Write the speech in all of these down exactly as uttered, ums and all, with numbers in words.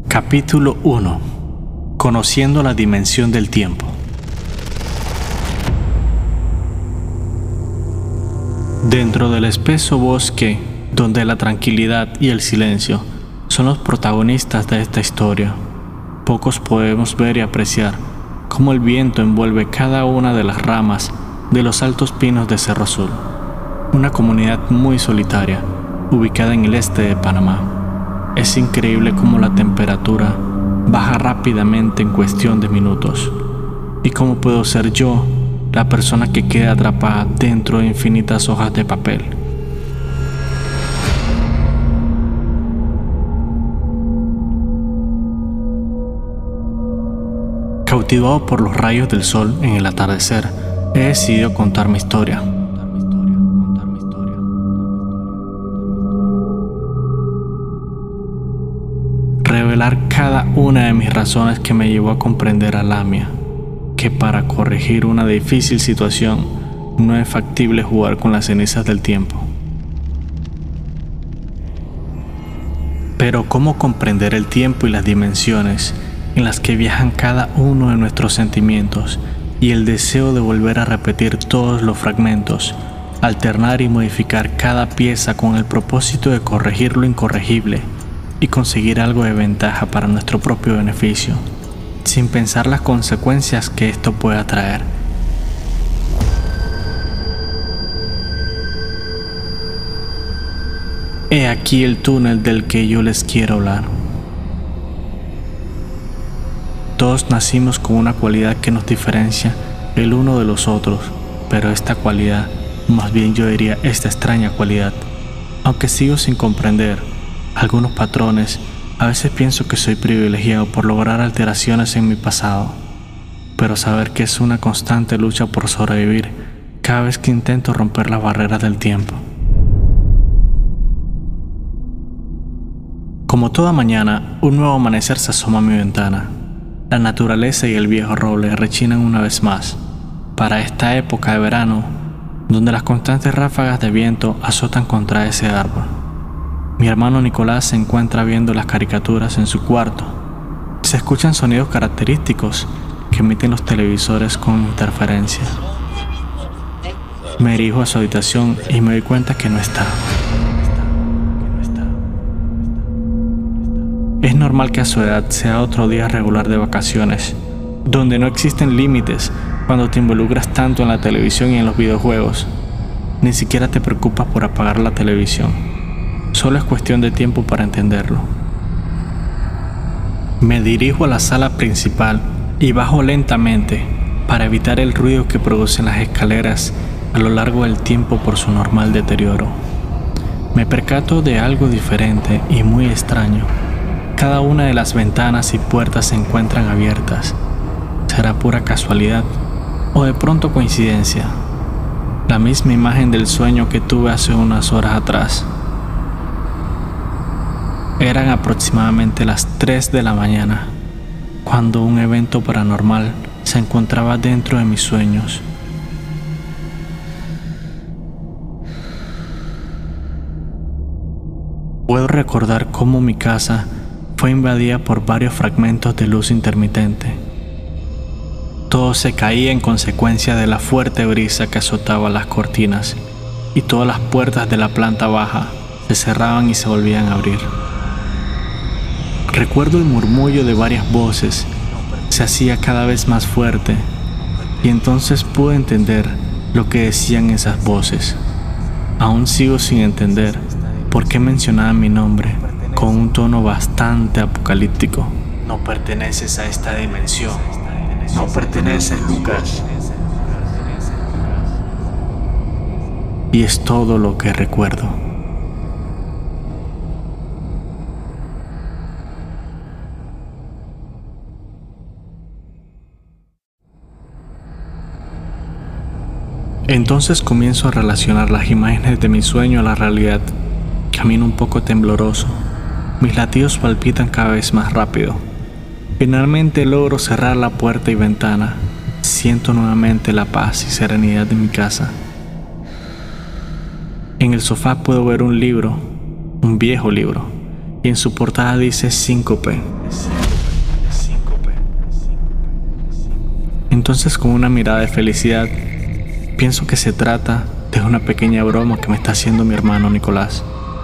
Capítulo uno. Conociendo la dimensión del tiempo. Dentro del espeso bosque, donde la tranquilidad y el silencio son los protagonistas de esta historia, pocos podemos ver y apreciar cómo el viento envuelve cada una de las ramas de los altos pinos de Cerro Azul, una comunidad muy solitaria, ubicada en el este de Panamá. Es increíble cómo la temperatura baja rápidamente en cuestión de minutos, y cómo puedo ser yo la persona que queda atrapada dentro de infinitas hojas de papel. Cautivado por los rayos del sol en el atardecer, he decidido contar mi historia. Revelar cada una de mis razones que me llevó a comprender a Lamia que para corregir una difícil situación no es factible jugar con las cenizas del tiempo. Pero ¿cómo comprender el tiempo y las dimensiones en las que viajan cada uno de nuestros sentimientos y el deseo de volver a repetir todos los fragmentos, alternar y modificar cada pieza con el propósito de corregir lo incorregible y conseguir algo de ventaja para nuestro propio beneficio, sin pensar las consecuencias que esto pueda traer? He aquí el túnel del que yo les quiero hablar. Todos nacimos con una cualidad que nos diferencia el uno de los otros, pero esta cualidad, más bien yo diría esta extraña cualidad, aunque sigo sin comprender algunos patrones, a veces pienso que soy privilegiado por lograr alteraciones en mi pasado, pero saber que es una constante lucha por sobrevivir cada vez que intento romper las barreras del tiempo. Como toda mañana, un nuevo amanecer se asoma a mi ventana. La naturaleza y el viejo roble rechinan una vez más, para esta época de verano, donde las constantes ráfagas de viento azotan contra ese árbol. Mi hermano Nicolás se encuentra viendo las caricaturas en su cuarto. Se escuchan sonidos característicos que emiten los televisores con interferencia. Me dirijo a su habitación y me doy cuenta que no está. Es normal que a su edad sea otro día regular de vacaciones, donde no existen límites cuando te involucras tanto en la televisión y en los videojuegos. Ni siquiera te preocupas por apagar la televisión. Solo es cuestión de tiempo para entenderlo. Me dirijo a la sala principal y bajo lentamente para evitar el ruido que producen las escaleras a lo largo del tiempo por su normal deterioro. Me percato de algo diferente y muy extraño. Cada una de las ventanas y puertas se encuentran abiertas. ¿Será pura casualidad o de pronto coincidencia? La misma imagen del sueño que tuve hace unas horas atrás. Eran aproximadamente las tres de la mañana, cuando un evento paranormal se encontraba dentro de mis sueños. Puedo recordar cómo mi casa fue invadida por varios fragmentos de luz intermitente. Todo se caía en consecuencia de la fuerte brisa que azotaba las cortinas, y todas las puertas de la planta baja se cerraban y se volvían a abrir. Recuerdo el murmullo de varias voces, se hacía cada vez más fuerte, y entonces pude entender lo que decían esas voces. Aún sigo sin entender por qué mencionaban mi nombre con un tono bastante apocalíptico. No perteneces a esta dimensión, no perteneces, Lucas. Y es todo lo que recuerdo. Entonces comienzo a relacionar las imágenes de mi sueño a la realidad. Camino un poco tembloroso. Mis latidos palpitan cada vez más rápido. Finalmente logro cerrar la puerta y ventana. Siento nuevamente la paz y serenidad de mi casa. En el sofá puedo ver un libro, un viejo libro, y en su portada dice síncope. Entonces, con una mirada de felicidad, pienso que se trata de una pequeña broma que me está haciendo mi hermano Nicolás.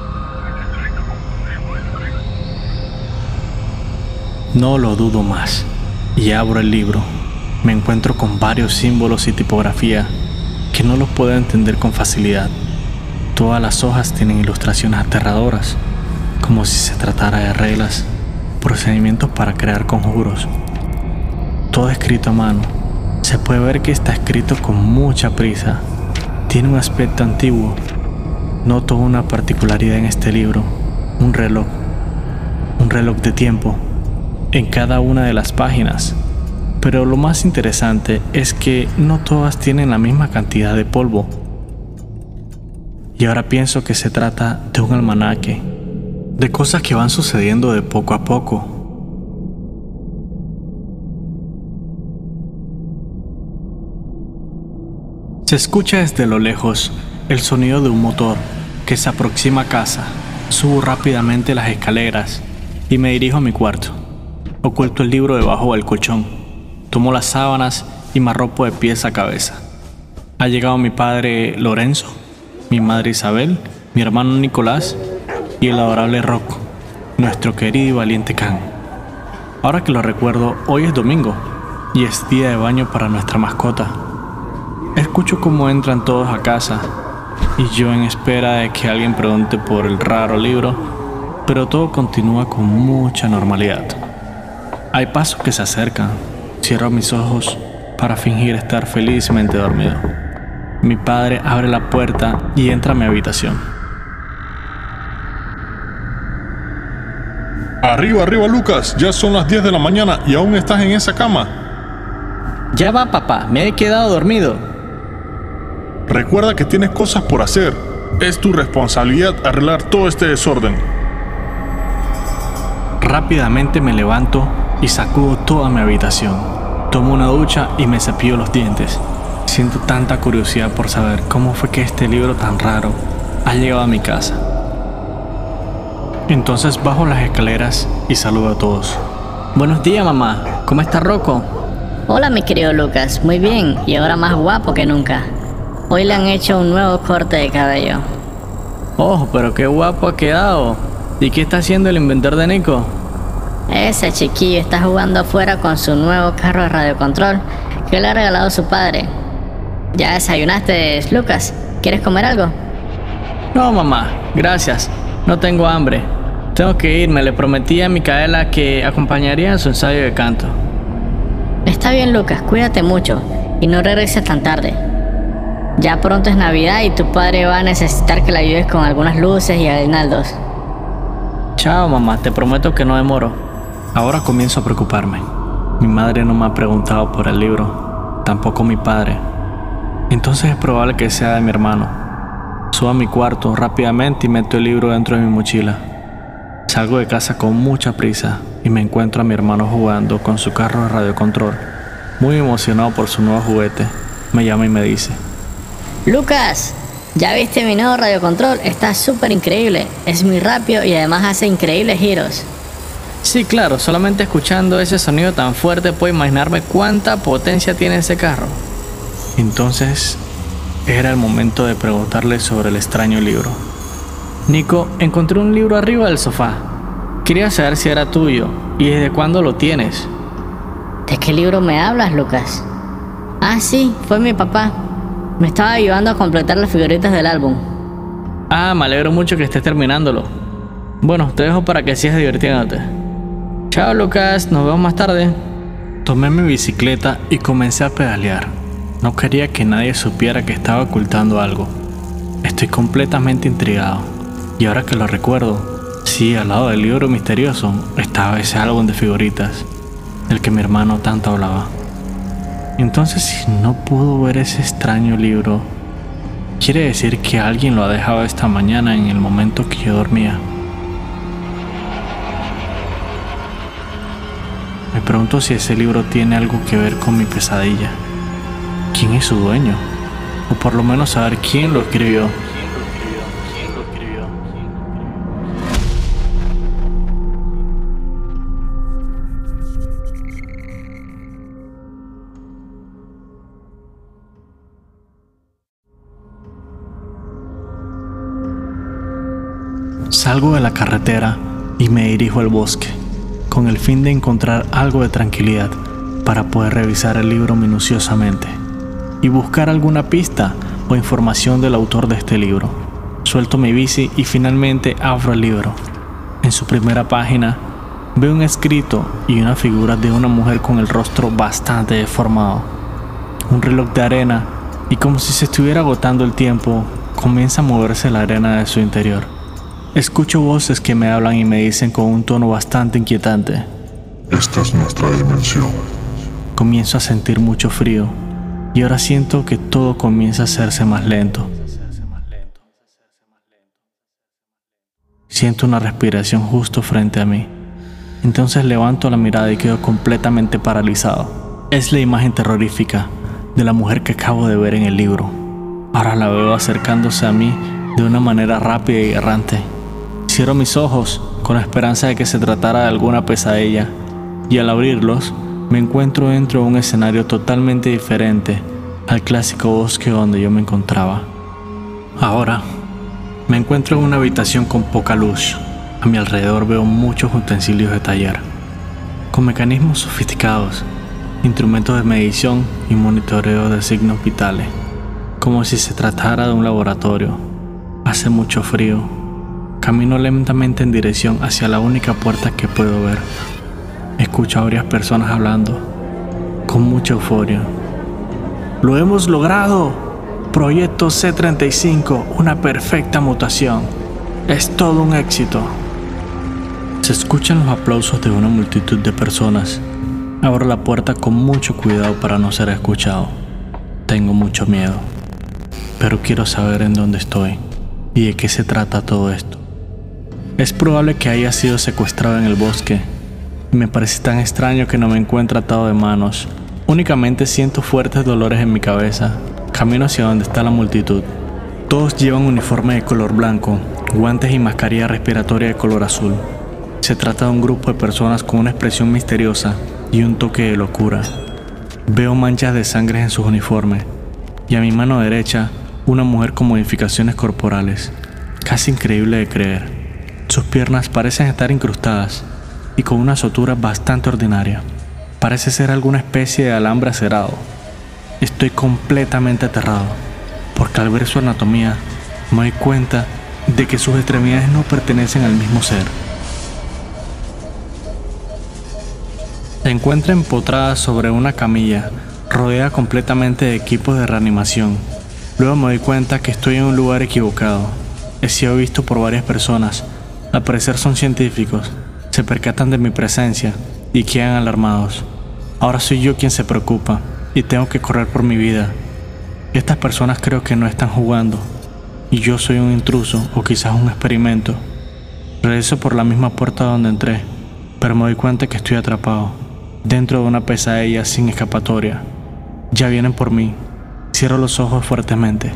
No lo dudo más y abro el libro. Me encuentro con varios símbolos y tipografía que no los puedo entender con facilidad. Todas las hojas tienen ilustraciones aterradoras, como si se tratara de reglas, procedimientos para crear conjuros. Todo escrito a mano. Se puede ver que está escrito con mucha prisa. Tiene un aspecto antiguo. Noto una particularidad en este libro: un reloj. Un reloj de tiempo en cada una de las páginas. Pero lo más interesante es que no todas tienen la misma cantidad de polvo. Y ahora pienso que se trata de un almanaque, de cosas que van sucediendo de poco a poco. Se escucha desde lo lejos el sonido de un motor que se aproxima a casa. Subo rápidamente las escaleras y me dirijo a mi cuarto. Oculto el libro debajo del colchón. Tomo las sábanas y me arropo de pies a cabeza. Ha llegado mi padre Lorenzo, mi madre Isabel, mi hermano Nicolás y el adorable Rocco, nuestro querido y valiente can. Ahora que lo recuerdo, hoy es domingo y es día de baño para nuestra mascota. Escucho cómo entran todos a casa y yo en espera de que alguien pregunte por el raro libro, pero todo continúa con mucha normalidad. Hay pasos que se acercan. Cierro mis ojos para fingir estar felizmente dormido. Mi padre abre la puerta y entra a mi habitación. Arriba, arriba, Lucas. Ya son las diez de la mañana y aún estás en esa cama. Ya va, papá. Me he quedado dormido. Recuerda que tienes cosas por hacer. Es tu responsabilidad arreglar todo este desorden. Rápidamente me levanto y sacudo toda mi habitación. Tomo una ducha y me cepillo los dientes. Siento tanta curiosidad por saber cómo fue que este libro tan raro ha llegado a mi casa. Entonces bajo las escaleras y saludo a todos. Buenos días, mamá. ¿Cómo está Rocco? Hola, mi querido Lucas. Muy bien, y ahora más guapo que nunca. Hoy le han hecho un nuevo corte de cabello. Oh, pero qué guapo ha quedado. ¿Y qué está haciendo el inventor de Nico? Ese chiquillo está jugando afuera con su nuevo carro de radiocontrol que le ha regalado su padre. ¿Ya desayunaste, Lucas? ¿Quieres comer algo? No, mamá. Gracias. No tengo hambre. Tengo que irme. Le prometí a Micaela que acompañaría en su ensayo de canto. Está bien, Lucas. Cuídate mucho y no regreses tan tarde. Ya pronto es Navidad y tu padre va a necesitar que le ayudes con algunas luces y aguinaldos. Chao, mamá. Te prometo que no demoro. Ahora comienzo a preocuparme. Mi madre no me ha preguntado por el libro, tampoco mi padre. Entonces es probable que sea de mi hermano. Subo a mi cuarto rápidamente y meto el libro dentro de mi mochila. Salgo de casa con mucha prisa y me encuentro a mi hermano jugando con su carro de radiocontrol. Muy emocionado por su nuevo juguete, me llama y me dice: Lucas, ¿ya viste mi nuevo radiocontrol? Está súper increíble. Es muy rápido y además hace increíbles giros. Sí, claro, solamente escuchando ese sonido tan fuerte puedo imaginarme cuánta potencia tiene ese carro. Entonces era el momento de preguntarle sobre el extraño libro. Nico, encontré un libro arriba del sofá. Quería saber si era tuyo y desde cuándo lo tienes. ¿De qué libro me hablas, Lucas? Ah, sí, fue mi papá. Me estaba ayudando a completar las figuritas del álbum. Ah, me alegro mucho que estés terminándolo. Bueno, te dejo para que sigas divirtiéndote. Chao, Lucas, nos vemos más tarde. Tomé mi bicicleta y comencé a pedalear. No quería que nadie supiera que estaba ocultando algo. Estoy completamente intrigado. Y ahora que lo recuerdo, sí, al lado del libro misterioso estaba ese álbum de figuritas del que mi hermano tanto hablaba. Entonces, si no pudo ver ese extraño libro, quiere decir que alguien lo ha dejado esta mañana en el momento que yo dormía. Me pregunto si ese libro tiene algo que ver con mi pesadilla. ¿Quién es su dueño? O por lo menos saber quién lo escribió. Salgo de la carretera y me dirijo al bosque, con el fin de encontrar algo de tranquilidad para poder revisar el libro minuciosamente y buscar alguna pista o información del autor de este libro. Suelto mi bici y finalmente abro el libro. En su primera página veo un escrito y una figura de una mujer con el rostro bastante deformado. Un reloj de arena y, como si se estuviera agotando el tiempo, comienza a moverse la arena de su interior. Escucho voces que me hablan y me dicen con un tono bastante inquietante: esta es nuestra dimensión. Comienzo a sentir mucho frío y ahora siento que todo comienza a hacerse más lento. Siento una respiración justo frente a mí. Entonces levanto la mirada y quedo completamente paralizado. Es la imagen terrorífica de la mujer que acabo de ver en el libro. Ahora la veo acercándose a mí de una manera rápida y errante. Cierro mis ojos con la esperanza de que se tratara de alguna pesadilla, y al abrirlos me encuentro dentro de un escenario totalmente diferente al clásico bosque donde yo me encontraba. Ahora me encuentro en una habitación con poca luz. A mi alrededor veo muchos utensilios de taller, con mecanismos sofisticados, instrumentos de medición y monitoreo de signos vitales, como si se tratara de un laboratorio. Hace mucho frío. Camino lentamente en dirección hacia la única puerta que puedo ver. Escucho a varias personas hablando, con mucha euforia. ¡Lo hemos logrado! Proyecto C treinta y cinco, una perfecta mutación. Es todo un éxito. Se escuchan los aplausos de una multitud de personas. Abro la puerta con mucho cuidado para no ser escuchado. Tengo mucho miedo, pero quiero saber en dónde estoy y de qué se trata todo esto. Es probable que haya sido secuestrado en el bosque. Me parece tan extraño que no me encuentre atado de manos. Únicamente siento fuertes dolores en mi cabeza. Camino hacia donde está la multitud. Todos llevan uniforme de color blanco, guantes y mascarilla respiratoria de color azul. Se trata de un grupo de personas con una expresión misteriosa y un toque de locura. Veo manchas de sangre en sus uniformes y a mi mano derecha una mujer con modificaciones corporales. Casi increíble de creer. Sus piernas parecen estar incrustadas y con una sutura bastante ordinaria. Parece ser alguna especie de alambre acerado. Estoy completamente aterrado, porque al ver su anatomía me doy cuenta de que sus extremidades no pertenecen al mismo ser. Se encuentra empotrada sobre una camilla, rodeada completamente de equipos de reanimación. Luego me doy cuenta que estoy en un lugar equivocado. He sido visto por varias personas. Al parecer son científicos. Se percatan de mi presencia y quedan alarmados. Ahora soy yo quien se preocupa y tengo que correr por mi vida. Estas personas creo que no están jugando y yo soy un intruso o quizás un experimento. Regreso por la misma puerta donde entré, pero me doy cuenta que estoy atrapado dentro de una pesadilla sin escapatoria. Ya vienen por mí. Cierro los ojos fuertemente.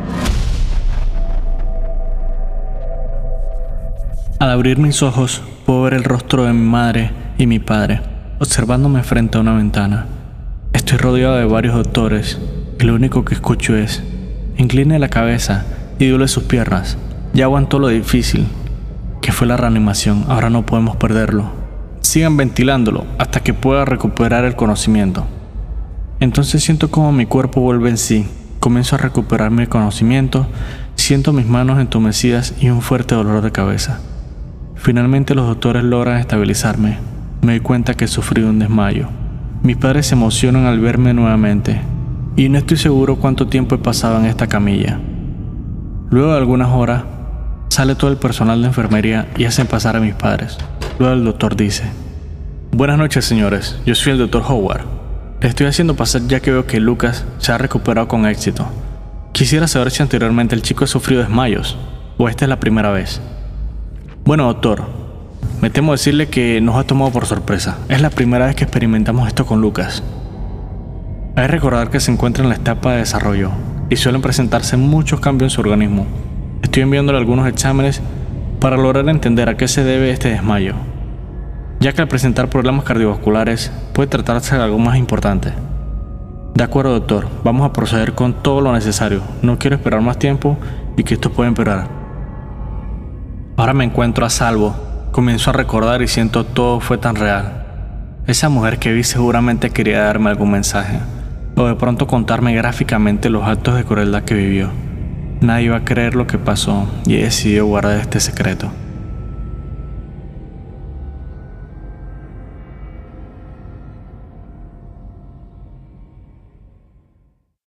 Al abrir mis ojos, puedo ver el rostro de mi madre y mi padre, observándome frente a una ventana. Estoy rodeado de varios doctores y lo único que escucho es: incline la cabeza y doble sus piernas. Ya aguantó lo difícil, que fue la reanimación, ahora no podemos perderlo. Sigan ventilándolo hasta que pueda recuperar el conocimiento. Entonces siento como mi cuerpo vuelve en sí. Comienzo a recuperar mi conocimiento, siento mis manos entumecidas y un fuerte dolor de cabeza. Finalmente los doctores logran estabilizarme. Me doy cuenta que he sufrido un desmayo. Mis padres se emocionan al verme nuevamente y no estoy seguro cuánto tiempo he pasado en esta camilla. Luego de algunas horas, sale todo el personal de enfermería y hacen pasar a mis padres. Luego el doctor dice: buenas noches, señores, yo soy el doctor Howard. Le estoy haciendo pasar ya que veo que Lucas se ha recuperado con éxito. Quisiera saber si anteriormente el chico ha sufrido desmayos o esta es la primera vez. Bueno, doctor, me temo decirle que nos ha tomado por sorpresa. Es la primera vez que experimentamos esto con Lucas. Hay que recordar que se encuentra en la etapa de desarrollo y suelen presentarse muchos cambios en su organismo. Estoy enviándole algunos exámenes para lograr entender a qué se debe este desmayo, ya que al presentar problemas cardiovasculares puede tratarse de algo más importante. De acuerdo, doctor, vamos a proceder con todo lo necesario. No quiero esperar más tiempo y que esto pueda empeorar. Ahora me encuentro a salvo. Comienzo a recordar y siento todo fue tan real. Esa mujer que vi seguramente quería darme algún mensaje, o de pronto contarme gráficamente los actos de crueldad que vivió. Nadie iba a creer lo que pasó y he decidido guardar este secreto.